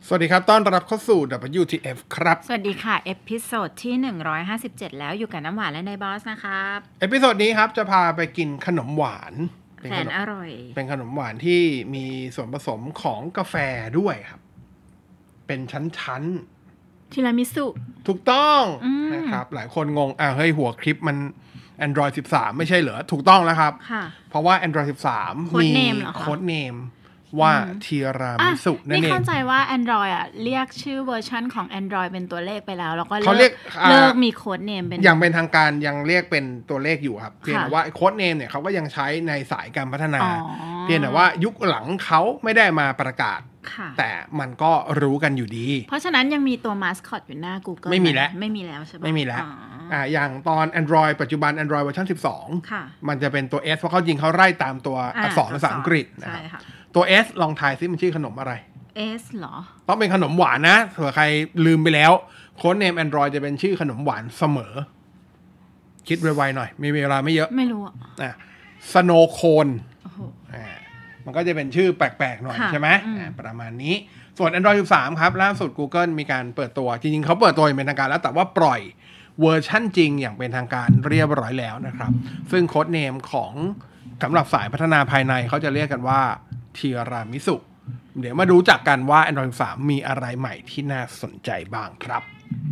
สวัสดีครับต้อนรับเข้าสู่ WTF ครับสวัสดีค่ะเอพิโซดที่157แล้วอยู่กับน้ำหวานและนายบอสนะครับเอพิโซดนี้ครับจะพาไปกินขนมหวานแสนอร่อยเป็นขนมหวานที่มีส่วนผสมของกาแฟด้วยครับเป็นชั้นๆทีรามิสุถูกต้องนะครับหลายคนงงเฮ้ยหัวคลิปมัน Android 13ไม่ใช่เหรอถูกต้องแล้วครับเพราะว่า Android 13 มีโค้ดเนมว่าทีรามิสุนั่นเองนี่เข้าใจว่า Android เรียกชื่อเวอร์ชันของ Android เป็นตัวเลขไปแล้วก็เขาเลิกมีโค้ดเนมเป็นอย่างเป็นทางการยังเรียกเป็นตัวเลขอยู่ครับเพียงแต่ว่าโค้ดเนมเนี่ยเขาก็ยังใช้ในสายการพัฒนาเพียงแต่ว่ายุคหลังเขาไม่ได้มาประกาศแต่มันก็รู้กันอยู่ดีเพราะฉะนั้นยังมีตัวมาสคอตอยู่หน้า Google ไม่มีแล้วใช่ปะไม่มีแล้วอย่างตอน Android ปัจจุบัน Android เวอร์ชัน12มันจะเป็นตัว S เพราะเขาจริงเขาไล่ตามตัวอักษรภาษาอังกฤษนะครับตัว S ลองทายซิมันชื่อขนมอะไร S เหรอต้องเป็นขนมหวานนะเผื่อใครลืมไปแล้วโค้ดเนม Android จะเป็นชื่อขนมหวานเสมอคิดไวๆหน่อยมีเวลาไม่เยอะไม่รู้สโนว์โคนมันก็จะเป็นชื่อแปลกๆหน่อยใช่ไหมประมาณนี้ส่วน Android 13 ครับล่าสุด Google มีการเปิดตัวจริงๆเขาเปิดตัวอย่างเป็นทางการแล้วแต่ว่าปล่อยเวอร์ชั่นจริงอย่างเป็นทางการเรียบร้อยแล้วนะครับซึ่งโค้ดเนมของสำหรับสายพัฒนาภายในเขาจะเรียกกันว่าทีรามิสุเดี๋ยวมาดูจักกันว่า Android 13 มีอะไรใหม่ที่น่าสนใจบ้างครับ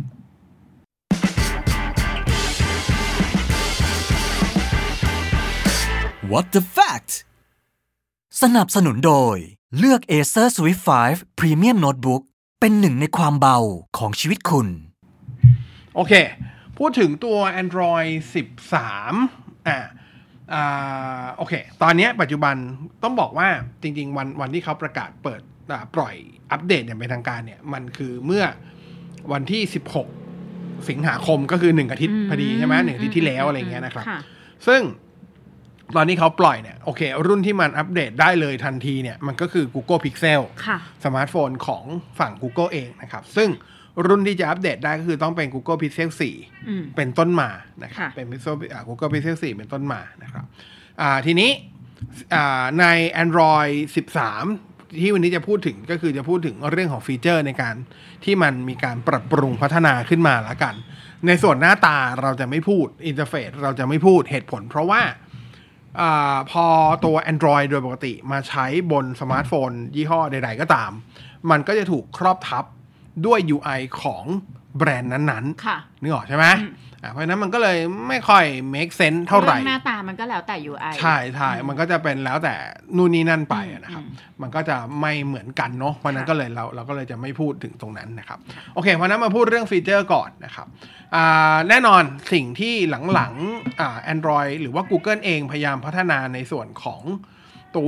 What the fact สนับสนุนโดยเลือก Acer Swift 5 Premium Notebook เป็นหนึ่งในความเบาของชีวิตคุณโอเคพูดถึงตัว Android 13โอเคตอนนี้ปัจจุบันต้องบอกว่าจริงๆวันที่เขาประกาศเปิดปล่อยอัปเดตอย่างเป็นทางการเนี่ยมันคือเมื่อวันที่16สิงหาคมก็คือ1อาทิตย์พอดีใช่ไหม1อาทิตย์ที่แล้วอะไรเงี้ยนะครับซึ่งตอนนี้เขาปล่อยเนี่ยโอเครุ่นที่มันอัปเดตได้เลยทันทีเนี่ยมันก็คือ Google Pixel สมาร์ทโฟนของฝั่ง Google เองนะครับซึ่งรุ่นที่จะอัปเดตได้ก็คือต้องเป็น Google Pixel 4 เป็นต้นมานะครับเป็น Google Pixel 4 เป็นต้นมานะครับทีนี้ใน Android 13 ที่วันนี้จะพูดถึงก็คือจะพูดถึงเรื่องของฟีเจอร์ในการที่มันมีการปรับปรุงพัฒนาขึ้นมาแล้วกันในส่วนหน้าตาเราจะไม่พูดอินเทอร์เฟซเราจะไม่พูดเหตุผลเพราะว่าพอตัว Android โดยปกติมาใช้บนสมาร์ทโฟนยี่ห้อใดๆก็ตามมันก็จะถูกครอบทับด้วย UI ของแบรนด์นั้นๆนึกออกใช่ไหมเพราะฉะนั้นมันก็เลยไม่ค่อย make sense เท่าไหร่หน้าตามันก็แล้วแต่ UI ใช่มันก็จะเป็นแล้วแต่นู่นนี่นั่นไปนะครับมันก็จะไม่เหมือนกันเนาะเพราะนั้นก็เลยเราก็เลยจะไม่พูดถึงตรงนั้นนะครับโอเคเพราะนั้นมาพูดเรื่องฟีเจอร์ก่อนนะครับแน่นอนสิ่งที่หลังๆAndroid หรือว่า Google เองพยายามพัฒนาในส่วนของตัว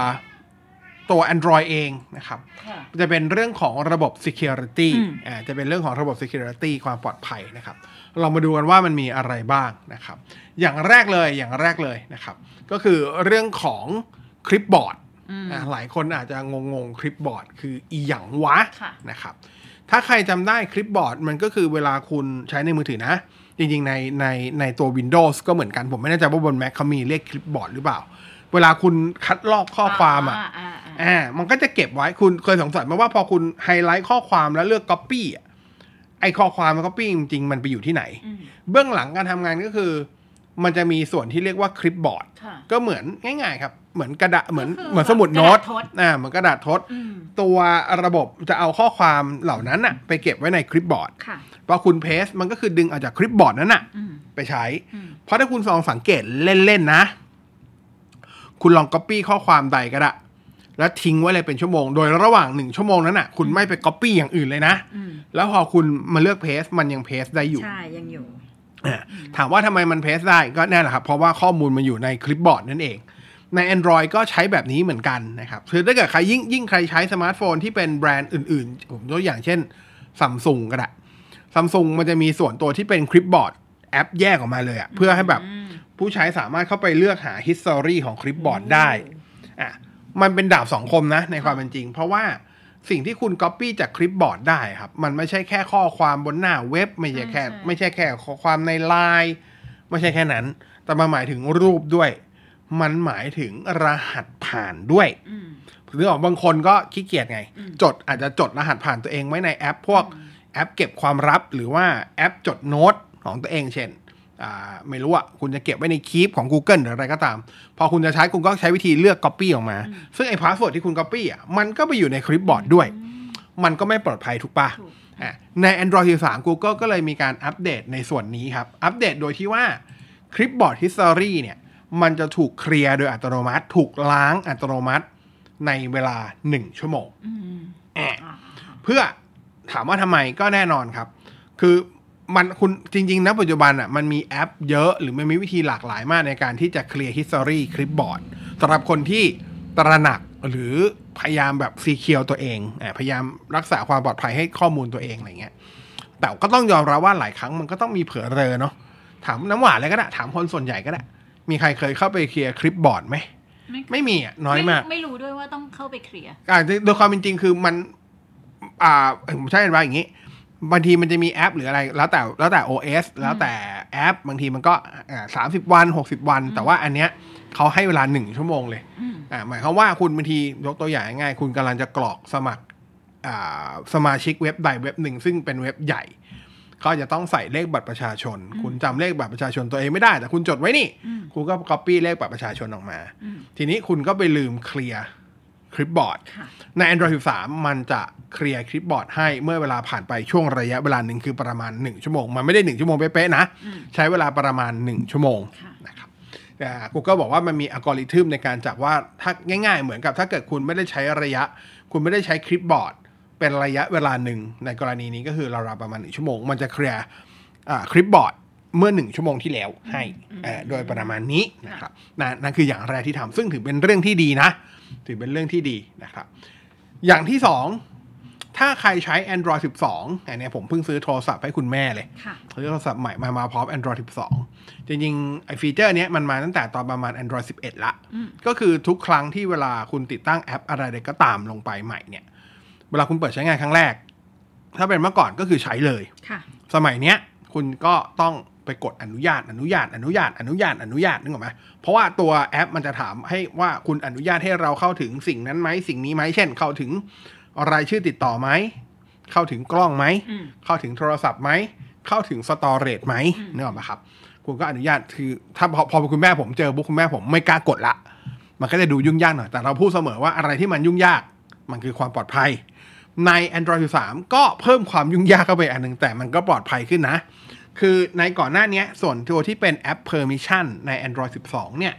Android เองนะครับจะเป็นเรื่องของระบบ security จะเป็นเรื่องของระบบ security ความปลอดภัยนะครับเรามาดูกันว่ามันมีอะไรบ้างนะครับอย่างแรกเลยนะครับก็คือเรื่องของคลิปบอร์ดหลายคนอาจจะงงคลิปบอร์ดคืออีหยังวะนะครับถ้าใครจำได้คลิปบอร์ดมันก็คือเวลาคุณใช้ในมือถือนะจริงๆในตัว Windows ก็เหมือนกันผมไม่แน่ใจว่าบน Mac เขามีเรียกคลิปบอร์ดหรือเปล่าเวลาคุณคัดลอกข้อความมันก็จะเก็บไว้คุณเคยสงสัยไหมว่าพอคุณไฮไลท์ข้อความแล้วเลือก copy ไอ้ข้อความมัน copy จริงๆมันไปอยู่ที่ไหนเบื้องหลังการทำงานก็คือมันจะมีส่วนที่เรียกว่าคลิปบอร์ดก็เหมือนง่ายๆครับเหมือนกระดาษเหมือนสมุดโน้ตเหมือนกระดาษทดตัวระบบจะเอาข้อความเหล่านั้นไปเก็บไว้ในคลิปบอร์ดพอคุณเพสมันก็คือดึงออกจากคลิปบอร์ดนั้นไปใช้เพราะถ้าคุณลองสังเกตเล่นๆนะคุณลอง copy ข้อความใดก็ได้แล้วทิ้งไว้เลยเป็นชั่วโมงโดยระหว่าง1ชั่วโมงนั้นคุณไม่ไป copy อย่างอื่นเลยนะแล้วพอคุณมาเลือกเพสมันยังเพสได้อยู่ใช่ยังอยู่ถามว่าทำไมมันเพสได้ก็แน่แหละครับเพราะว่าข้อมูลมันอยู่ในคลิปบอร์ดนั่นเองใน Android ก็ใช้แบบนี้เหมือนกันนะครับคือถ้าเกิดใครยิ่งใครใช้สมาร์ทโฟนที่เป็นแบรนด์อื่นๆผมยกอย่างเช่น Samsung ก็ได้ Samsung มันจะมีส่วนตัวที่เป็นคลิปบอร์ดแอปแยกออกมาเลยเพื่อให้แบบผู้ใช้สามารถเข้าไปเลือกหา history ของคลิปบอร์ดได้มันเป็นดาบสองคมนะในความเป็นจริงเพราะว่าสิ่งที่คุณ copy จากคลิปบอร์ดได้ครับมันไม่ใช่แค่ข้อความบนหน้าเว็บไม่ใช่แค่ข้อความใน LINE ไม่ใช่แค่นั้นแต่มาหมายถึงรูปด้วยมันหมายถึงรหัสผ่านด้วยหรือว่าบางคนก็ขี้เกียจไงอาจจะจดรหัสผ่านตัวเองไว้ในแอปพวกแอปเก็บความลับหรือว่าแอปจดโน้ตของตัวเองเช่นไม่รู้คุณจะเก็บไว้ในคีปของ Google หรืออะไรก็ตามพอคุณจะใช้คุณก็ใช้วิธีเลือก Copy ออกมาซึ่งไอ้พาสเวิร์ดที่คุณ Copy มันก็ไปอยู่ในคลิปบอร์ดด้วยมันก็ไม่ปลอดภัยถูกปะใน Android 13 Google ก็เลยมีการอัปเดตในส่วนนี้ครับอัปเดตโดยที่ว่าคลิปบอร์ด History เนี่ยมันจะถูกเคลียร์โดยอัตโนมัติถูกล้างอัตโนมัติในเวลา1ชั่วโมงเพื่อถามว่าทำไมก็แน่นอนครับคือมันคุณจริงๆนะปัจจุบันมันมีแอปเยอะหรือมันมีวิธีหลากหลายมากในการที่จะเคลียร์ history คลิปบอร์ดสำหรับคนที่ตระหนักหรือพยายามแบบซีเคียวตัวเองพยายามรักษาความปลอดภัยให้ข้อมูลตัวเองอะไรเงี้ยแต่ก็ต้องยอมรับว่าหลายครั้งมันก็ต้องมีเผลอเรอเนาะถามน้ำหวานเลยก็ได้ถามคนส่วนใหญ่ก็ได้มีใครเคยเข้าไปเคลียร์คลิปบอร์ดไหมไม่มีน้อยมากไม่รู้ด้วยว่าต้องเข้าไปเคลียร์โดยความเป็นจริงคือมันผมใช้ว่าอย่างนี้บางทีมันจะมีแอปหรืออะไรแล้วแต่ OS แล้วแต่แอปบางทีมันก็30 วัน60 วันแต่ว่าอันเนี้ยเขาให้เวลา1ชั่วโมงเลยหมายความว่าคุณบางทียกตัวอย่างง่ายๆคุณกำลังจะกรอกสมัครสมาชิกเว็บใดเว็บหนึ่งซึ่งเป็นเว็บใหญ่เขาจะต้องใส่เลขบัตรประชาชนคุณจำเลขบัตรประชาชนตัวเองไม่ได้แต่คุณจดไว้นี่คุณก็ copy เลขบัตรประชาชนออกมาทีนี้คุณก็ไปลืมเคลียร์คลิปบอร์ดใน Android 13 มันจะเคลียร์คลิปบอร์ดให้เมื่อเวลาผ่านไปช่วงระยะเวลาหนึ่งคือประมาณ1ชั่วโมงมันไม่ได้1ชั่วโมงเป๊ะๆนะใช้เวลาประมาณ1ชั่วโมงนะครับGoogle บอกว่ามันมีอัลกอริทึมในการจับว่าถ้าง่ายๆเหมือนกับถ้าเกิดคุณไม่ได้ใช้คุณไม่ได้ใช้คลิปบอร์ดเป็นระยะเวลาหนึ่งในกรณีนี้ก็คือราวๆประมาณ1ชั่วโมงมันจะเคลียร์คลิปบอร์ดเมื่อ1ชั่วโมงที่แล้วให้โดยประมาณนี้นะครับนั่นคืออย่างแรกที่ทำซึ่งถือเป็นเรื่องที่ดีนะถือเป็นเรื่องที่ดีนะครับอย่างที่สองถ้าใครใช้ Android 12อันนี้ผมเพิ่งซื้อโทรศัพท์ให้คุณแม่เลยซื้อโทรศัพท์ใหม่มาพร้อม Android 12จริงๆไอ้ฟีเจอร์นี้มันมาตั้งแต่ตอนประมาณ Android 11 ละก็คือทุกครั้งที่เวลาคุณติดตั้งแอปอะไรใดก็ตามลงไปใหม่เนี่ยเวลาคุณเปิดใช้งานครั้งแรกถ้าเป็นเมื่อก่อนก็คือใช้เลยสมัยเนี้ยคุณก็ต้องไปกดอนุญาตนึกออกไหมเพราะว่าตัวแอปมันจะถามให้ว่าคุณอนุญาตให้เราเข้าถึงสิ่งนั้นไหมสิ่งนี้ไหมเช่นเข้าถึงรายชื่อติดต่อไหมเข้าถึงกล้องไหมเข้าถึงโทรศัพท์ไหมเข้าถึงสตอเรจไหมนึกออกไหมครับคุณก็อนุญาตคือถ้าพอคุณแม่ผมเจอบุ๊กคุณแม่ผมไม่กล้ากดละมันก็จะดูยุ่งยากหน่อยแต่เราพูดเสมอว่าอะไรที่มันยุ่งยากมันคือความปลอดภัยใน Android 13 ก็เพิ่มความยุ่งยากเข้าไปอันนึงแต่มันก็ปลอดภัยขึ้นนะคือในก่อนหน้านี้ส่วนตัวที่เป็นแอป Permission ใน Android 12 เนี่ย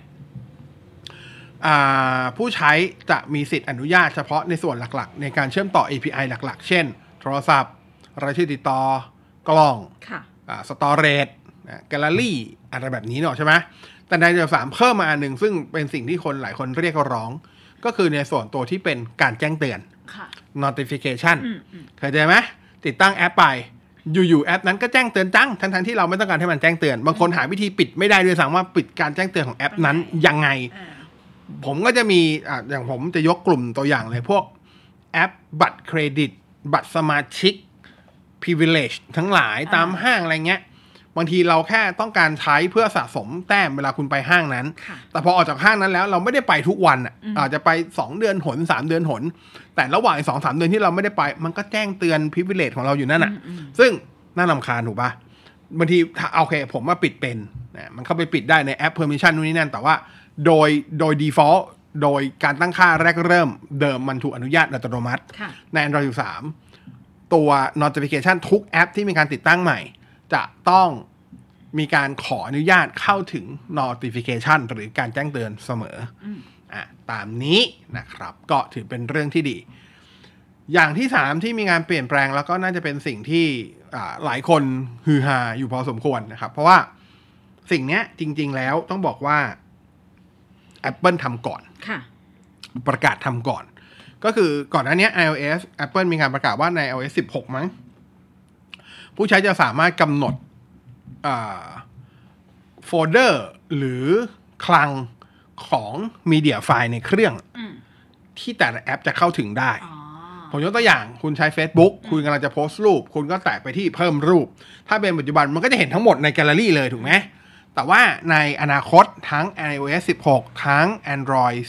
ผู้ใช้จะมีสิทธิ์อนุญาตเฉพาะในส่วนหลักๆในการเชื่อมต่อ API หลักๆเช่นโทรศัพท์รายชื่อติดต่อกล้องสตอเรจแกลเลอรี่อะไรแบบนี้เนาะใช่ไหมแต่ใน Android 13 เพิ่มมาอันหนึ่งซึ่งเป็นสิ่งที่คนหลายคนเรียกร้องก็คือในส่วนตัวที่เป็นการแจ้งเตือน notification เข้าใจไหมติดตั้งแอปไปอยู่ๆแอปนั้นก็แจ้งเตือนทั้งที่เราไม่ต้องการให้มันแจ้งเตือนบางคนหาวิธีปิดไม่ได้ด้วยซ้ำว่าปิดการแจ้งเตือนของแอปนั้นยังไงผมก็จะมีอย่างผมจะยกกลุ่มตัวอย่างเลยพวกแอปบัตรเครดิตบัตรสมาชิก privilege ทั้งหลายตามห้างอะไรเงี้ยบางทีเราแค่ต้องการใช้เพื่อสะสมแต้มเวลาคุณไปห้างนั้นแต่พอออกจากห้างนั้นแล้วเราไม่ได้ไปทุกวันอาจจะไป2เดือนหน3เดือนหนแต่ระหว่าง 2-3 เดือนที่เราไม่ได้ไปมันก็แจ้งเตือน privilege ของเราอยู่นั่นซึ่งน่ารำคาญถูกป่ะบางทีโอเคผมมาปิดเป็นมันเข้าไปปิดได้ในแอป permission นู่นนี่นั่นแต่ว่าโดย default โดยการตั้งค่าแรกเริ่มเดิมมันถูกอนุญาตอัตโนมัติใน Android 13 ตัว notification ทุกแอปที่มีการติดตั้งใหม่จะต้องมีการขออนุญาตเข้าถึง notification หรือการแจ้งเตือนเสมอตามนี้นะครับก็ถือเป็นเรื่องที่ดีอย่างที่3ที่มีการเปลี่ยนแปลงแล้วก็น่าจะเป็นสิ่งที่หลายคนฮือฮาอยู่พอสมควรนะครับเพราะว่าสิ่งนี้จริงๆแล้วต้องบอกว่า Apple ทำก่อนประกาศทำก่อนก็คือก่อนหน้านี้ iOS Apple มีการประกาศว่าใน iOS 16 มั้งผู้ใช้จะสามารถกำหนดโฟลเดอร์หรือคลังของมีเดียไฟล์ในเครื่องที่แต่ละแอปจะเข้าถึงได้ผมยกตัวอย่างคุณใช้ Facebook คุณกำลังจะโพสต์รูปคุณก็แตะไปที่เพิ่มรูปถ้าเป็นปัจจุบันมันก็จะเห็นทั้งหมดในแกลเลอรี่เลยถูกไหมแต่ว่าในอนาคตทั้ง iOS 16 ทั้ง Android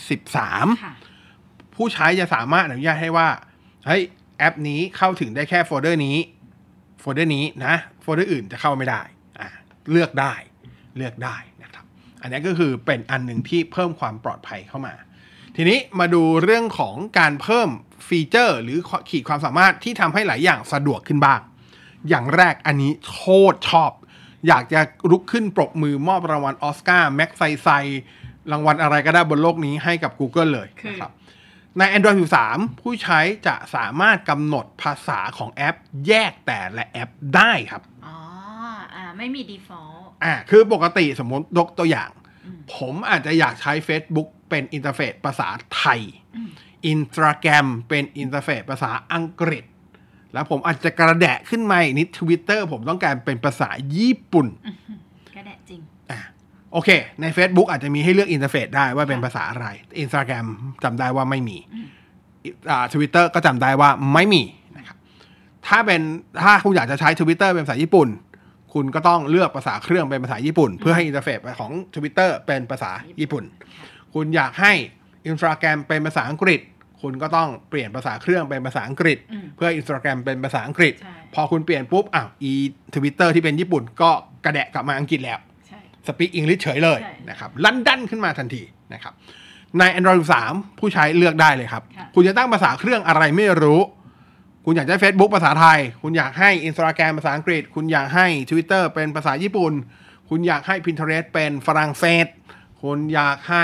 13 ผู้ใช้จะสามารถอนุญาตให้ว่าเฮ้ยแอปนี้เข้าถึงได้แค่โฟลเดอร์นี้นะโฟลเดอร์อื่นจะเข้าไม่ได้เลือกได้นะครับอันนี้ก็คือเป็นอันหนึ่งที่เพิ่มความปลอดภัยเข้ามาทีนี้มาดูเรื่องของการเพิ่มฟีเจอร์หรือขีดความสามารถที่ทำให้หลายอย่างสะดวกขึ้นบ้างอย่างแรกอันนี้โคตรชอบอยากจะลุกขึ้นปรบมือมอบรางวัลออสการ์แม็กไซรางวัลอะไรก็ได้บนโลกนี้ให้กับ Google เลยนะครับใน Android 13 ผู้ใช้จะสามารถกำหนดภาษาของแอปแยกแต่ละแอปได้ครับไม่มี default คือปกติสมมติยกตัวอย่างผมอาจจะอยากใช้ Facebook เป็นอินเทอร์เฟซภาษาไทย Instagram เป็นอินเทอร์เฟซภาษาอังกฤษแล้วผมอาจจะกระแดะขึ้นมาอีกนิด Twitter ผมต้องการเป็นภาษาญี่ปุ่นกระแดะจริงโอเคใน Facebook อาจจะมีให้เลือกอินเทอร์เฟซได้ว่าเป็นภาษาอะไร Instagram จำได้ว่าไม่มีTwitter ก็จำได้ว่าไม่มีนะครับถ้าคุณอยากจะใช้ Twitter เป็นภาษาญี่ปุ่นคุณก็ต้องเลือกภาษาเครื่องเป็นภาษาญี่ปุ่นเพื่อให้อินเทอร์เฟซของ Twitter เป็นภาษาญี่ปุ่นคุณอยากให้ Instagram เป็นภาษาอังกฤษคุณก็ต้องเปลี่ยนภาษาเครื่องเป็นภาษาอังกฤษเพื่อ Instagram เป็นภาษาอังกฤษพอคุณเปลี่ยนปุ๊บTwitter ที่เป็นญี่ปุ่นก็กระแดะกลับมาอังกฤษแล้วSpeak English เฉยเลยนะครับลั่นดันขึ้นมาทันทีนะครับใน Android 13 ผู้ใช้เลือกได้เลยครับคุณจะตั้งภาษาเครื่องอะไรไม่รู้คุณอยากได้ Facebook ภาษาไทยคุณอยากให้ Instagram ภาษาอังกฤษคุณอยากให้ Twitter เป็นภาษาญี่ปุ่นคุณอยากให้ Pinterest เป็นฝรั่งเศสคุณอยากให้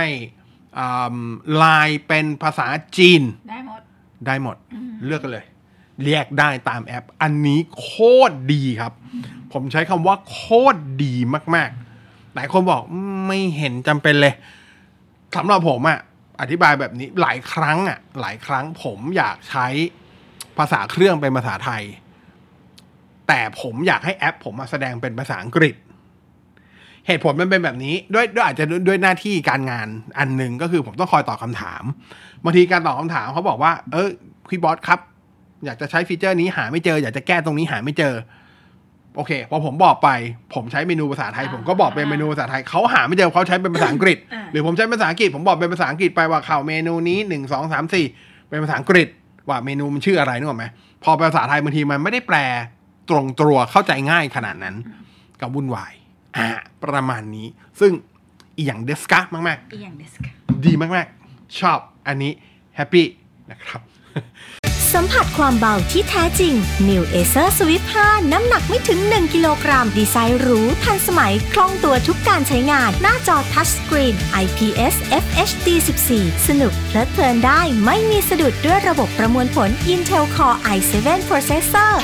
Line เป็นภาษาจีนได้หมดเลือกกันเลยเรียกได้ตามแอปอันนี้โคตรดีครับผมใช้คำว่าโคตรดีมากๆหลายคนบอกไม่เห็นจำเป็นเลยสำหรับผมอธิบายแบบนี้หลายครั้งผมอยากใช้ภาษาเครื่องเป็นภาษาไทยแต่ผมอยากให้แอปผมมาแสดงเป็นภาษาอังกฤษเหตุผลมันเป็นแบบนี้ด้วยอาจจะด้วยหน้าที่การงานอันหนึ่งก็คือผมต้องคอยตอบคำถามบางทีการตอบคำถามเขาบอกว่าพี่บอสครับอยากจะใช้ฟีเจอร์นี้หาไม่เจออยากจะแก้ตรงนี้หาไม่เจอโอเคพอผมบอกไปผมใช้เมนูภาษาไทยผมก็บอกเป็นเมนูภาษาไทยเขาหาไม่เจอเขาใช้เป็นภาษาอังกฤษหรือผมใช้ภาษาอังกฤษผมบอกเป็นภาษาอังกฤษไปว่าข่าวเมนูนี้1 2 3 4เป็นภาษาอังกฤษว่าเมนูมันชื่ออะไรนึกออกไหมพอภาษาไทยบางทีมันไม่ได้แปลตรงตัวเข้าใจง่ายขนาดนั้นก็วุ่นวายประมาณนี้ซึ่งอีหยังเดสกะมากๆดีมากๆชอบอันนี้แฮปปี้นะครับสัมผัสความเบาที่แท้จริง New Acer Swift 5 น้ำหนักไม่ถึง1 กิโลกรัมดีไซน์หรูทันสมัยคล่องตัวทุกการใช้งานหน้าจอทัชสกรีน IPS FHD 14 สนุกเพลิดเพลินได้ไม่มีสะดุดด้วยระบบประมวลผล Intel Core i7 Processor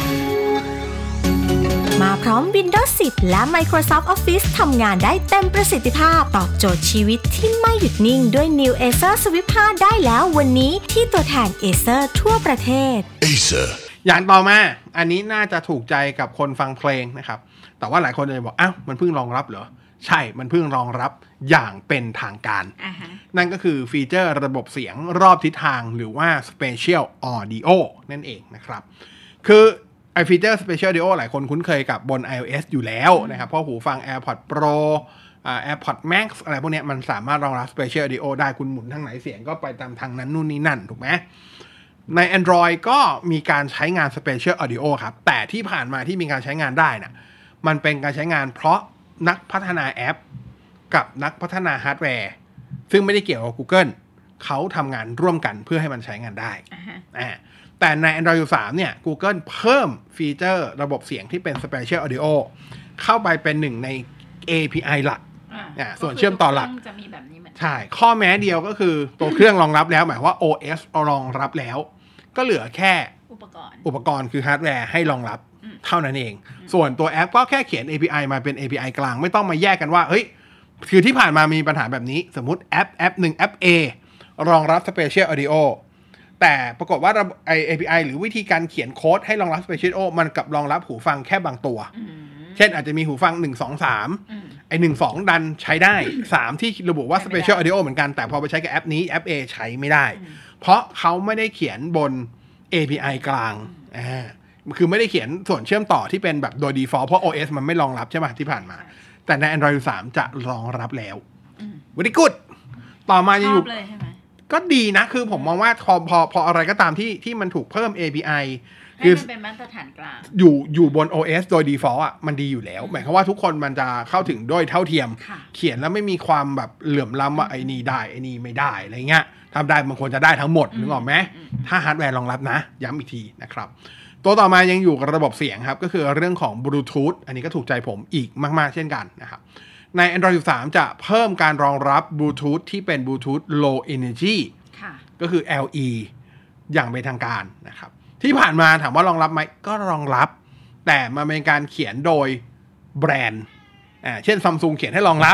มาพร้อม Windows 10 และ Microsoft Office ทำงานได้เต็มประสิทธิภาพตอบโจทย์ชีวิตที่ไม่หยุดนิ่งด้วย New Acer Swift 5 ได้แล้ววันนี้ที่ตัวแทน Acer ทั่วประเทศ Acer อย่างต่อมาอันนี้น่าจะถูกใจกับคนฟังเพลงนะครับแต่ว่าหลายคนจะบอกมันเพิ่งรองรับเหรอใช่มันเพิ่งรองรับอย่างเป็นทางการ นั่นก็คือฟีเจอร์ระบบเสียงรอบทิศทางหรือว่า Spatial Audio นั่นเองนะครับคือฟีเจอร์ Spatial Audio หลายคนคุ้นเคยกับบน iOS อยู่แล้วนะครับเพราะหูฟัง AirPods Pro AirPods Max อะไรพวกนี้มันสามารถรองรับ Spatial Audio ได้คุณหมุนทางไหนเสียงก็ไปตามทางนั้นนู่นนี่นั่นถูกไหมใน Android ก็มีการใช้งาน Spatial Audio ครับแต่ที่ผ่านมาที่มีการใช้งานได้นะมันเป็นการใช้งานเพราะนักพัฒนาแอปกับนักพัฒนาฮาร์ดแวร์ซึ่งไม่ได้เกี่ยวกับ Google เขาทำงานร่วมกันเพื่อให้มันใช้งานได้แต่ใน Android 13 เนี่ย Google เพิ่มฟีเจอร์ระบบเสียงที่เป็น Spatial Audio เข้าไปเป็นหนึ่งใน API หลักส่วนเชื่อมต่อหลักจะมีแบบนี้เหมือนใช่ข้อแม้เดียวก็คือตัวเครื่องรองรับแล้วหมายว่า OS รองรับแล้วก็เหลือแค่อุปกรณ์คือฮาร์ดแวร์ให้รองรับเท่านั้นเองส่วนตัวแอปก็แค่เขียน API มาเป็น API กลางไม่ต้องมาแยกกันว่าเฮ้ยคือที่ผ่านมามีปัญหาแบบนี้สมมุติแอป1แอป A รองรับ Spatial Audioแต่ปรากฏว่าAPI หรือวิธีการเขียนโค้ดให้รองรับ Spatial Audio มันกับรองรับหูฟังแค่บางตัวเช่นอาจจะมีหูฟัง1 2 3ไอ้1 2ดันใช้ได้3ที่ระบุว่า Spatial Audio เหมือนกันแต่พอไปใช้กับแอปนี้แอป A ใช้ไม่ได้เพราะเขาไม่ได้เขียนบน API กลางคือไม่ได้เขียนส่วนเชื่อมต่อที่เป็นแบบโดย default เพราะ OS มันไม่รองรับใช่ไหมที่ผ่านมาแต่ใน Android 13 จะรองรับแล้ว very good ต่อมาจะอยู่เลยใช่ไหมก็ดีนะคือผมมองว่าพออะไรก็ตามที่มันถูกเพิ่ม API คือมันเป็นมาตรฐานกลางอยู่บน OS โดย default อ่ะมันดีอยู่แล้วหมายความว่าทุกคนมันจะเข้าถึงโดยเท่าเทียมเขียนแล้วไม่มีความแบบเหลื่อมล้ำว่าไอ้นี่ได้ไอ้นี่ไม่ได้อะไรเงี้ยทำได้มันควรจะได้ทั้งหมดนึกออกไหมถ้าฮาร์ดแวร์รองรับนะย้ำอีกทีนะครับตัวต่อมายังอยู่กับระบบเสียงครับก็คือเรื่องของ Bluetooth อันนี้ก็ถูกใจผมอีกมากๆเช่นกันนะครับใน Android 13 จะเพิ่มการรองรับ Bluetooth ที่เป็น Bluetooth Low Energy ก็คือ LE อย่างเป็นทางการนะครับที่ผ่านมาถามว่ารองรับไหมก็รองรับแต่มันเป็นการเขียนโดยแบรนด์เช่น Samsung เขียนให้รองรับ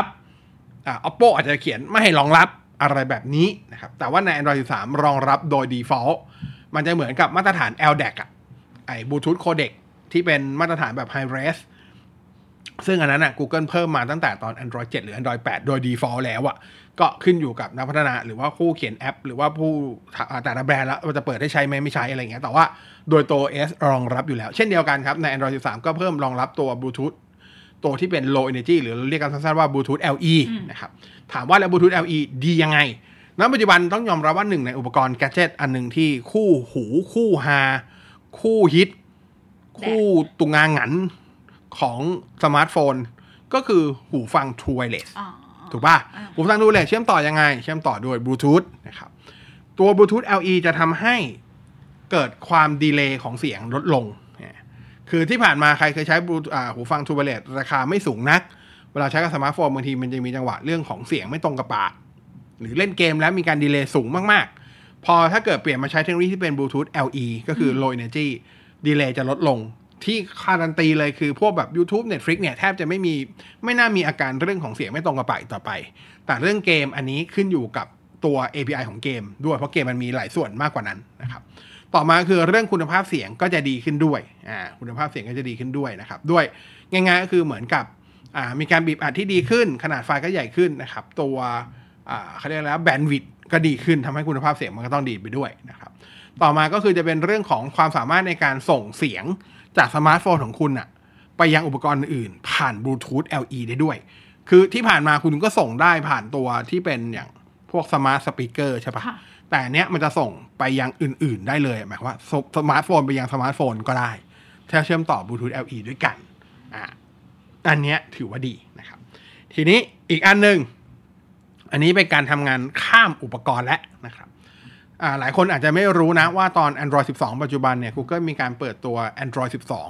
Oppo อาจจะเขียนไม่ให้รองรับอะไรแบบนี้นะครับแต่ว่าใน Android 13 รองรับโดย default มันจะเหมือนกับมาตรฐาน LDAC ไอ้ Bluetooth Codec ที่เป็นมาตรฐานแบบ High Res ซึ่งอันนั้นGoogle เพิ่มมาตั้งแต่ตอน Android 7 หรือ Android 8 โดย default แล้วก็ขึ้นอยู่กับนักพัฒนาหรือว่าผู้เขียนแอปหรือว่าผู้แต่ละแบรนด์แล้วจะเปิดให้ใช้ไหมไม่ใช้อะไรเงี้ยแต่ว่าโดยตัว OS รองรับอยู่แล้วเช่นเดียวกันครับใน Android 13 ก็เพิ่มรองรับตัว Bluetooth ตัวที่เป็น low energy หรือเรียกกันสั้นๆว่า Bluetooth LE นะครับถามว่าแล้ว Bluetooth LE ดียังไงณปัจจุบันต้องยอมรับว่าหนึ่งในอุปกรณ์แกดเจ็ตอันหนึ่งที่คู่หูคู่ฮาคู่ฮิตคู่ตุงาหงันของสมาร์ทโฟนก็คือหูฟัง True Wireless ถูกป่ะหูฟัง True Wireless เชื่อมต่อยังไงเชื่อมต่อด้วย Bluetooth นะครับตัว Bluetooth LE จะทำให้เกิดความดีเลย์ของเสียงลดลงคือที่ผ่านมาใครเคยใช้หูฟัง True Wireless ราคาไม่สูงนักเวลาใช้กับสมาร์ทโฟนบางทีมันจะมีจังหวะเรื่องของเสียงไม่ตรงกับปากหรือเล่นเกมแล้วมีการดีเลย์สูงมากๆพอถ้าเกิดเปลี่ยนมาใช้เทคโนโลยีที่เป็น Bluetooth LE ก็คือ Low Energy ดีเลย์จะลดลงที่การันตีเลยคือพวกแบบ YouTube Netflix เนี่ยแทบจะไม่น่ามีอาการเรื่องของเสียงไม่ตรงกับปากต่อไปแต่เรื่องเกมอันนี้ขึ้นอยู่กับตัว API ของเกมด้วยเพราะเกมมันมีหลายส่วนมากกว่านั้นนะครับต่อมาคือเรื่องคุณภาพเสียงก็จะดีขึ้นด้วยคุณภาพเสียงก็จะดีขึ้นด้วยนะครับด้วยง่ายๆก็คือเหมือนกับมีการบีบอัดที่ดีขึ้นขนาดไฟล์ก็ใหญ่ขึ้นนะครับตัวเขาเรียกแล้วแบนด์วิดต์ก็ดีขึ้นทำให้คุณภาพเสียงมันก็ต้องดีไปด้วยนะครับต่อมาก็คือจะเป็นเรื่องของความสามารถในการส่งเสียงจากสมาร์ทโฟนของคุณไปยังอุปกรณ์อื่นผ่าน Bluetooth LE ได้ด้วยคือที่ผ่านมาคุณก็ส่งได้ผ่านตัวที่เป็นอย่างพวกสมาร์ทสปีกเกอร์ใช่ปะแต่เนี้ยมันจะส่งไปยังอื่นๆได้เลยหมายความว่าสมาร์ทโฟนไปยังสมาร์ทโฟนก็ได้ถ้าเชื่อมต่อ Bluetooth LE ด้วยกันอันเนี้ยถือว่าดีนะครับทีนี้อีกอันนึงอันนี้เป็นการทำงานข้ามอุปกรณ์แล้วนะครับหลายคนอาจจะไม่รู้นะว่าตอน Android 12 ปัจจุบันเนี่ย Google มีการเปิดตัว Android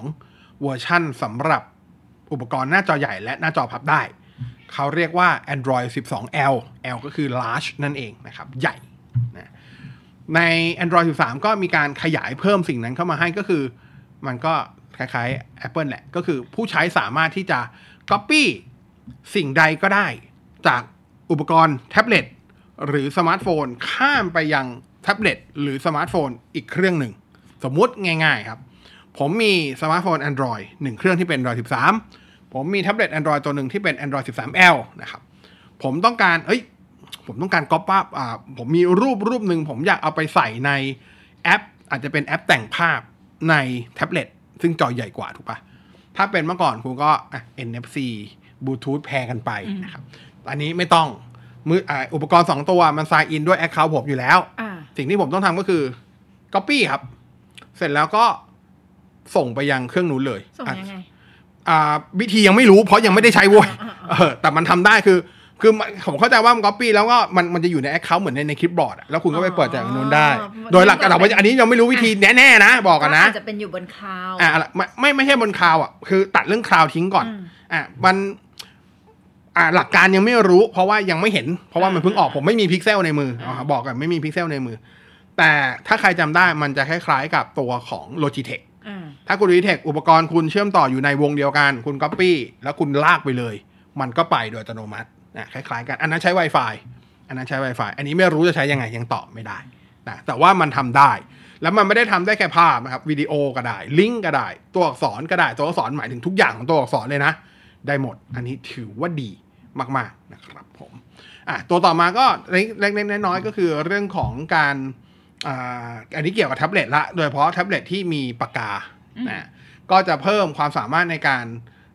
12 เวอร์ชั่นสำหรับอุปกรณ์หน้าจอใหญ่และหน้าจอพับได้เขาเรียกว่า Android 12L L ก็คือ large นั่นเองนะครับใหญ่นะใน Android 13 ก็มีการขยายเพิ่มสิ่งนั้นเข้ามาให้ก็คือมันก็คล้ายๆ Apple แหละก็คือผู้ใช้สามารถที่จะ Copy สิ่งใดก็ได้จากอุปกรณ์แท็บเล็ตหรือสมาร์ทโฟนข้ามไปยังแท็บเล็ตหรือสมาร์ทโฟนอีกเครื่องหนึ่งสมมุติง่ายๆครับผมมีสมาร์ทโฟน Android 1 เครื่องที่เป็น Android 13 ผมมีแท็บเล็ต Android ตัวหนึ่งที่เป็น Android 13L นะครับผมต้องการก๊อปภาพผมมีรูปหนึ่งผมอยากเอาไปใส่ในแอปอาจจะเป็นแอปแต่งภาพในแท็บเล็ตซึ่งจอใหญ่กว่าถูกปะถ้าเป็นเมื่อก่อนคุณก็ NFC Bluetooth แพร์กันไปนะครับอันนี้ไม่ต้องอุปกรณ์2ตัวมัน sign in ด้วย account ผมอยู่แล้วสิ่งที่ผมต้องทำก็คือ copy ครับเสร็จแล้วก็ส่งไปยังเครื่องนู้นเลยส่งยังไงวิธียังไม่รู้เพราะยังไม่ได้ใช้โว้ยแต่มันทำได้คือผมเข้าใจว่ามัน copy แล้วก็มันจะอยู่ใน account เหมือนในคลิปบอร์ดแล้วคุณก็ไปเปิดจากนู้นได้โดยหลักการอันนี้ยังไม่รู้วิธีแน่ๆนะบอกกันนะอาจจะเป็นอยู่บนคลาวด์ไม่ใช่บนคลาวด์คือตัดเรื่องคลาวด์ทิ้งก่อนมันหลักการยังไม่รู้เพราะว่ายังไม่เห็นเพราะว่ามันเพิ่งออกผมไม่มีพิกเซลในมือบอกกันไม่มีพิกเซลในมือแต่ถ้าใครจำได้มันจะคล้ายๆกับตัวของ Logitech ถ้าคุณ Logitech อุปกรณ์คุณเชื่อมต่ออยู่ในวงเดียวกันคุณ Copy แล้วคุณลากไปเลยมันก็ไปโดยอัตโนมัติคล้ายๆกันอันนั้นใช้ Wi-Fi อันนี้ไม่รู้จะใช้ยังไงยังตอบไม่ได้นะแต่ว่ามันทำได้แล้วมันไม่ได้ทำได้แค่ภาพนะครับวิดีโอก็ได้ลิงก์ก็ได้ตัวอักษรก็ได้ตัวอักษรหมายถึงทุกอย่างของตัวอักษรเลยนะได้หมดอันนี้ถือว่าดีมากๆนะครับผมตัวต่อมาก็เล็กๆน้อยๆก็คือเรื่องของการอันนี้เกี่ยวกับแท็บเล็ตละโดยเฉพาะแท็บเล็ตที่มีปากกานะก็จะเพิ่มความสามารถในการ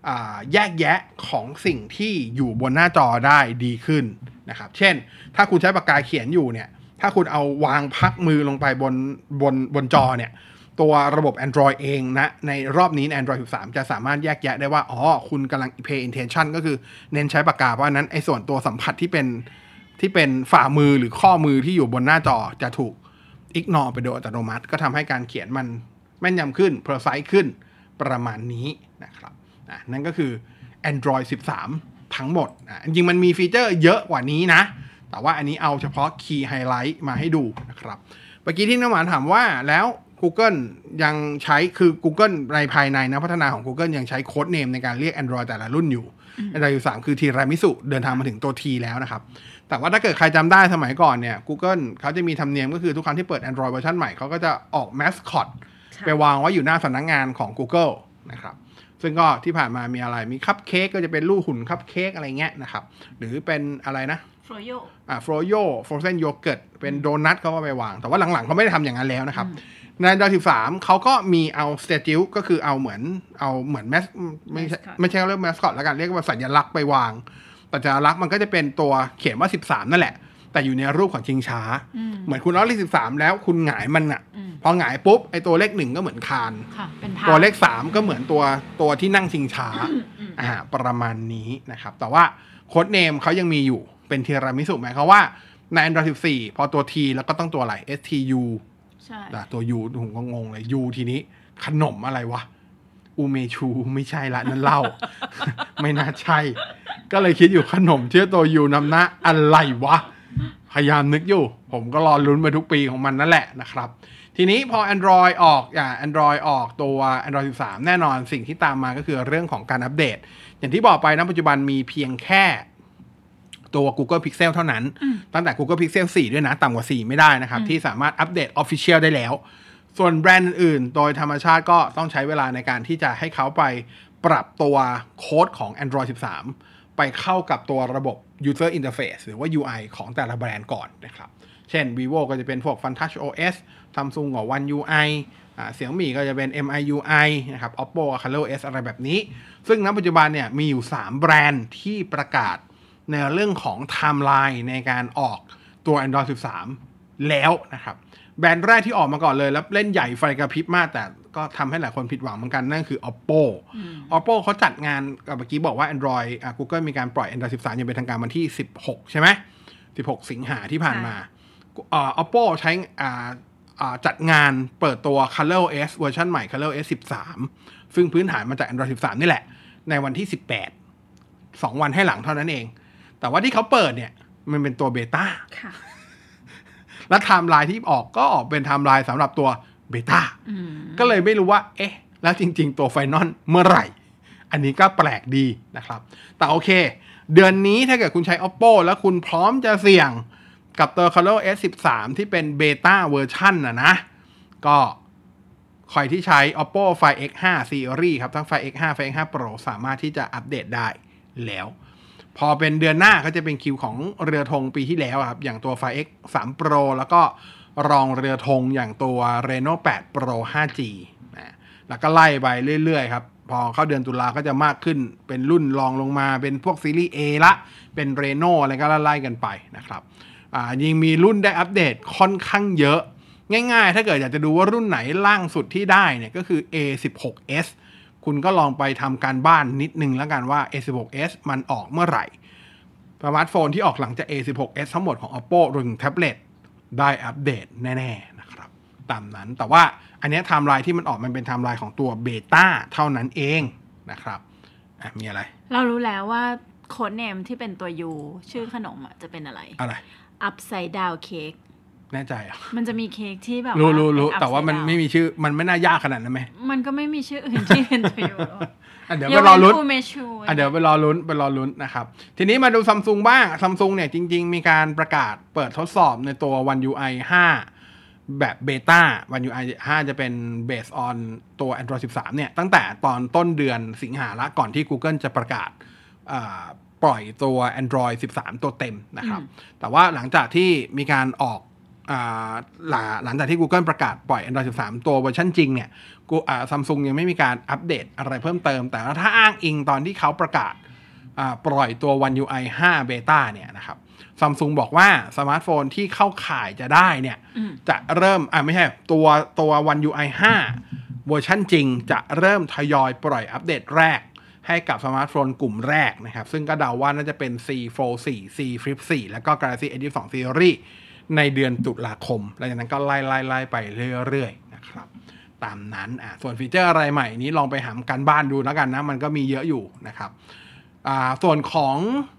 แยกแยะของสิ่งที่อยู่บนหน้าจอได้ดีขึ้นนะครับเช่นถ้าคุณใช้ปากกาเขียนอยู่เนี่ยถ้าคุณเอาวางพักมือลงไปบนจอเนี่ยตัวระบบ Android เองนะในรอบนี้ Android 13 จะสามารถแยกแยะได้ว่าคุณกำลัง pay attention ก็คือเน้นใช้ปากกาเพราะฉะนั้นไอ้ส่วนตัวสัมผัสที่เป็นฝ่ามือหรือข้อมือที่อยู่บนหน้าจอจะถูก ignore ไปโดยอัตโนมัติก็ทำให้การเขียนมันแม่นยำขึ้น precise ขึ้นประมาณนี้นะครับนั่นก็คือ Android 13 ทั้งหมดจริงๆมันมีฟีเจอร์เยอะกว่านี้นะแต่ว่าอันนี้เอาเฉพาะ Key Highlight มาให้ดูนะครับเมื่อกี้ที่น้ำหวานถามว่าแล้ว Google ยังใช้คือ Google ในภายในนักพัฒนาของ Google ยังใช้โค้ดเนมในการเรียก Android แต่ละรุ่นอยู่ Android 13 คือทีรามิสุเดินทางมาถึงตัว T แล้วนะครับแต่ว่าถ้าเกิดใครจำได้สมัยก่อนเนี่ย Google เขาจะมีธรรมเนียมก็คือทุกครั้งที่เปิด Android เวอร์ชันใหม่เขาก็จะออก Mascot ไปวางไว้อยู่หน้าสำนักงานของ Google นะครับซึ่งก็ที่ผ่านมามีอะไรมีคัพเค้กก็จะเป็นรูปหุ่นคัพเค้กอะไรเงี้ยนะครับหรือเป็นอะไรนะโฟโยโฟโยฟรอเซนโยเกิร์ตเป็นโดนัทเขาก็ไปวางแต่ว่าหลังๆเขาไม่ได้ทำอย่างนั้นแล้วนะครับในAndroid 13เขาก็มีเอาสเตติลก็คือเอาเหมือนแมสไม่ใช่เรียกแมสคอตแล้วกันเรียกว่าสัญลักษณ์ไปวางแต่สัญลักษณ์มันก็จะเป็นตัวเขียนว่า13นั่นแหละแต่อยู่ในรูปของชิงช้าเหมือนคุณเอาเลข13แล้วคุณหงายมันอ่ะพอหงายปุ๊บไอ้ตัวเลข1ก็เหมือนคานตัวเลข3ก็เหมือนตัวที่นั่งชิงช้าประมาณนี้นะครับแต่ว่าโค้ดเนมเขายังมีอยู่เป็นทีรามิสุหมายความว่าใน Android 14พอตัว T แล้วก็ต้องตัวอะไร STU ใช่ตัว U ผมก็งงเลย U ทีนี้ขนมอะไรวะอูเมชูไม่ใช่ละนั่นเหล้า ไม่น่าใช่ก็เลยคิดอยู่ขนมชื่อตัว U นำหน้าอะไรวะพยายามนึกอยู่ผมก็รอลุ้นไปทุกปีของมันนั่นแหละนะครับทีนี้พอ Android ออกAndroid ออกตัว Android 13 แน่นอนสิ่งที่ตามมาก็คือเรื่องของการอัปเดตอย่างที่บอกไปณปัจจุบันมีเพียงแค่ตัว Google Pixel เท่านั้นตั้งแต่ Google Pixel 4 ด้วยนะต่ำกว่า4ไม่ได้นะครับที่สามารถอัปเดต Official ได้แล้วส่วนแบรนด์อื่นๆโดยธรรมชาติก็ต้องใช้เวลาในการที่จะให้เขาไปปรับตัวโค้ดของ Android 13 ไปเข้ากับตัวระบบ User Interface หรือว่า UI ของแต่ละแบรนด์ก่อนนะครับเช่น Vivo ก็จะเป็นพวก FunTouch OS Samsung ก็ One UI Xiaomi ก็จะเป็น MIUI นะครับ Oppo ก็ ColorOS อะไรแบบนี้ซึ่งณปัจจุบันเนี่ยมีอยู่3แบรนด์ที่ประกาศในเรื่องของไทม์ไลน์ในการออกตัว Android 13 แล้วนะครับแบรนด์แรกที่ออกมาก่อนเลยแล้วเล่นใหญ่ไฟกระพริบมากแต่ก็ทำให้หลายคนผิดหวังเหมือนกันนั่นคือ Oppo เขาจัดงานเมื่อกี้บอกว่า Android Google มีการปล่อย Android 13 อย่างเป็นทางการวันที่16ใช่ไหม16 สิงหาที่ผ่านมาOppo ใช้จัดงานเปิดตัว ColorOS เวอร์ชันใหม่ ColorOS 13 ซึ่งพื้นฐานมาจาก Android 13 นี่แหละในวันที่18 2 วันให้หลังเท่านั้นเองแต่ว่าที่เขาเปิดเนี่ยมันเป็นตัวเบต้าและไทม์ไลน์ที่ออกก็ออกเป็นไทม์ไลน์สำหรับตัวเบต้าก็เลยไม่รู้ว่าแล้วจริงๆตัวไฟนอลเมื่อไหร่อันนี้ก็แปลกดีนะครับแต่โอเคเดือนนี้ถ้าเกิดคุณใช้ Oppo แล้วคุณพร้อมจะเสี่ยงกับตัว ColorOS 13 ที่เป็นเบต้าเวอร์ชันนะก็ใครที่ใช้ Oppo Find X5 Series ครับทั้ง Find X5 Find X5 Pro สามารถที่จะอัปเดตได้แล้วพอเป็นเดือนหน้าก็จะเป็นคิวของเรือธงปีที่แล้วครับอย่างตัว Find X3 Pro แล้วก็รองเรือธงอย่างตัว Reno 8 Pro 5G แล้วก็ไล่ไปเรื่อยๆครับพอเข้าเดือนตุลาก็จะมากขึ้นเป็นรุ่นรองลงมาเป็นพวกซีรีส์ A ละเป็น Reno อะไรก็ไล่กันไปนะครับยังมีรุ่นได้อัปเดตค่อนข้างเยอะง่ายๆถ้าเกิดอยากจะดูว่ารุ่นไหนล่างสุดที่ได้เนี่ยก็คือ A16s คุณก็ลองไปทำการบ้านนิดนึงแล้วกันว่า A16s มันออกเมื่อไหร่สมาร์ทโฟนที่ออกหลังจาก A16s ทั้งหมดของ Oppo รวมถึงแท็บเล็ตได้อัปเดตแน่ๆนะครับตามนั้นแต่ว่าอันนี้ไทม์ไลน์ที่มันออกมันเป็นไทม์ไลน์ของตัวเบต้าเท่านั้นเองนะครับมีอะไรเรารู้แล้วว่าโค้ดเนมที่เป็นตัว U ชื่อขนมจะเป็นอะไรUpside Down Cake แน่ใจอ่ะมันจะมีเค้กที่แบบรู้แต่ว่ามันไม่มีชื่อมันไม่น่ายากขนาดนั้นไหมมันก็ไม่มีชื่ออื่นที่เป็นตัว U เดี๋ยวไปรอลุ้นเดี๋ยวไปรอลุ้นนะครับทีนี้มาดู Samsung บ้าง Samsung เนี่ยจริงๆมีการประกาศเปิดทดสอบในตัว One UI 5 แบบเบต้า One UI 5 จะเป็น based on ตัว Android 13 เนี่ยตั้งแต่ตอนต้นเดือนสิงหาละก่อนที่ Google จะประกาศปล่อยตัว Android 13 ตัวเต็มนะครับแต่ว่าหลังจากที่มีการออกหลังจากที่ Google ประกาศปล่อย Android 13 ตัวเวอร์ชันจริงเนี่ยSamsung ยังไม่มีการอัปเดตอะไรเพิ่มเติมแต่ถ้าอ้างอิงตอนที่เขาประกาศปล่อยตัว One UI 5 Beta เนี่ยนะครับ Samsung บอกว่าสมาร์ทโฟนที่เข้าข่ายจะได้เนี่ยจะเริ่มไม่ใช่ตัว One UI 5 เวอร์ชันจริงจะเริ่มทยอยปล่อยอัปเดตแรกให้กับสมาร์ทโฟนกลุ่มแรกนะครับซึ่งก็เดาว่าน่าจะเป็น C Fold 4 C Flip 4 แล้วก็ Galaxy S22 Series ในเดือนตุลาคมหลังจากนั้นก็ไล่ไปเรื่อยๆนะครับตามนั้นส่วนฟีเจอร์อะไรใหม่นี้ลองไปหากันบ้านดูแล้วกันนะมันก็มีเยอะอยู่นะครับส่วนของ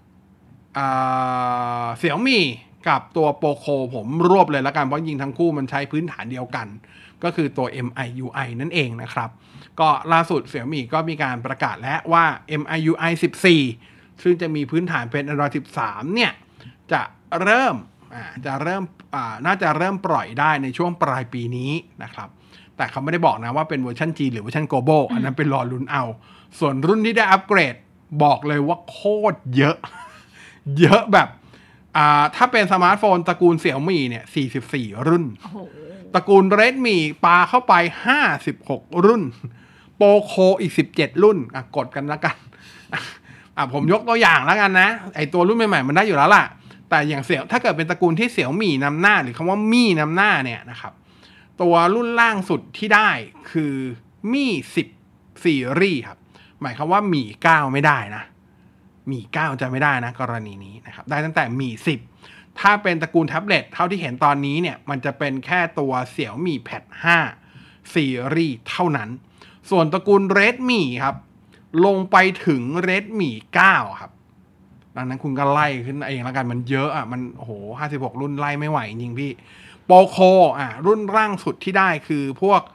Xiaomi กับตัว Poco ผมรวบเลยแล้วกันเพราะยิงทั้งคู่มันใช้พื้นฐานเดียวกันก็คือตัว MIUI นั่นเองนะครับก็ล่าสุด Xiaomi ก็มีการประกาศแล้วว่า MIUI 14 ซึ่งจะมีพื้นฐานเป็น Android 13 เนี่ยจะเริ่มน่าจะเริ่มปล่อยได้ในช่วงปลายปีนี้นะครับแต่เขาไม่ได้บอกนะว่าเป็นเวอร์ชัน G หรือเวอร์ชัน Global อันนั้นเป็นรอลุ้นเอาส่วนรุ่นที่ได้อัปเกรดบอกเลยว่าโคตรเยอะ เยอะแบบถ้าเป็นสมาร์ทโฟนตระกูล Xiaomi เนี่ย44รุ่นตระกูล Redmi ปาเข้าไป56รุ่น Poco อีก17รุ่นกดกันแล้วกันผมยกตัวอย่างแล้วกันนะไอตัวรุ่นใหม่ๆมันได้อยู่แล้วล่ะแต่อย่างถ้าเกิดเป็นตระกูลที่ Xiaomi นำหน้าหรือคำว่ามี่นำหน้าเนี่ยนะครับตัวรุ่นล่างสุดที่ได้คือมี่10ซีรีส์ครับหมายความว่ามี่9ไม่ได้นะมี่9จะไม่ได้นะกรณีนี้นะครับได้ตั้งแต่มี่10ถ้าเป็นตระกูลแท็บเล็ตเท่าที่เห็นตอนนี้เนี่ยมันจะเป็นแค่ตัว Xiaomi Pad 5ซีรีส์เท่านั้นส่วนตระกูล Redmi ครับลงไปถึง Redmi 9ครับดังนั้นคุณก็ไล่ขึ้นเองแล้วกันมันเยอะมัน56รุ่นไล่ไม่ไหวจริงพี่โปโครุ่นร่างสุดที่ได้คือพวก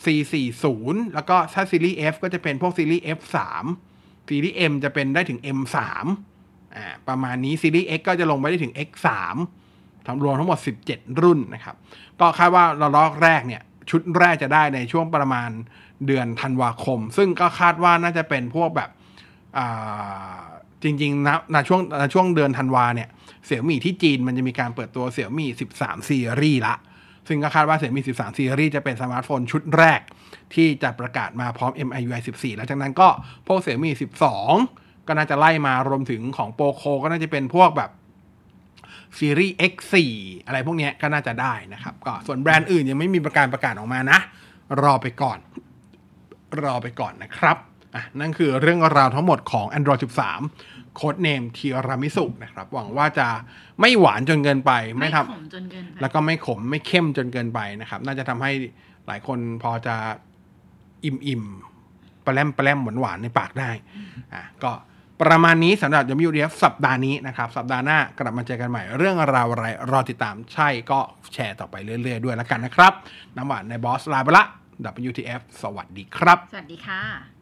C40 แล้วก็ถ้าซีรีส์ F ก็จะเป็นพวกซีรีส์ F3 ซีรีส์ M จะเป็นได้ถึง M3 ประมาณนี้ซีรีส์ X ก็จะลงไปได้ถึง X3 รวมทั้งหมด17รุ่นนะครับก็คาดว่าระลอกแรกเนี่ยชุดแรกจะได้ในช่วงประมาณเดือนธันวาคมซึ่งก็คาดว่าน่าจะเป็นพวกแบบจริงๆนะในช่วงเดือนธันวาเนี่ยเสี่ยมี่ที่จีนมันจะมีการเปิดตัวเสี่ยมี่13ซีรีส์ละซึ่งก็คาดว่าเสี่ยมี่13ซีรีส์จะเป็นสมาร์ทโฟนชุดแรกที่จะประกาศมาพร้อม MIUI 14แล้วจากนั้นก็พวกเสี่ยมี่12ก็น่าจะไล่มารวมถึงของโปโคก็น่าจะเป็นพวกแบบซีรีส์ X4 อะไรพวกนี้ก็น่าจะได้นะครับก็ส่วนแบรนด์อื่นยังไม่มีประกาศออกมานะรอไปก่อนนะครับนั่นคือเรื่องราวทั้งหมดของ Android 13 โค้ดเนมทีรามิสุนะครับหวังว่าจะไม่หวานจนเกินไปไม่ขมจนเกินไปแล้วก็ไม่ขมไม่เข้มจนเกินไปนะครับน่าจะทำให้หลายคนพอจะอิ่มปลาแรมหวานในปากได้ก็ประมาณนี้สำหรับ WDF สัปดาห์นี้นะครับสัปดาห์หน้ากลับมาเจอกันใหม่เรื่องราวอะไรรอติดตามใช่ก็แชร์ต่อไปเรื่อยๆด้วยแล้วกันนะครับน้ำหวานในบอสลาไปละ WTF สวัสดีครับสวัสดีค่ะ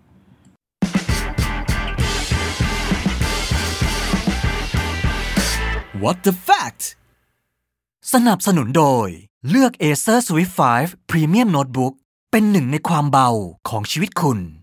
What the fact สนับสนุนโดยเลือก Acer Swift 5 Premium Notebook เป็นหนึ่งในความเบาของชีวิตคุณ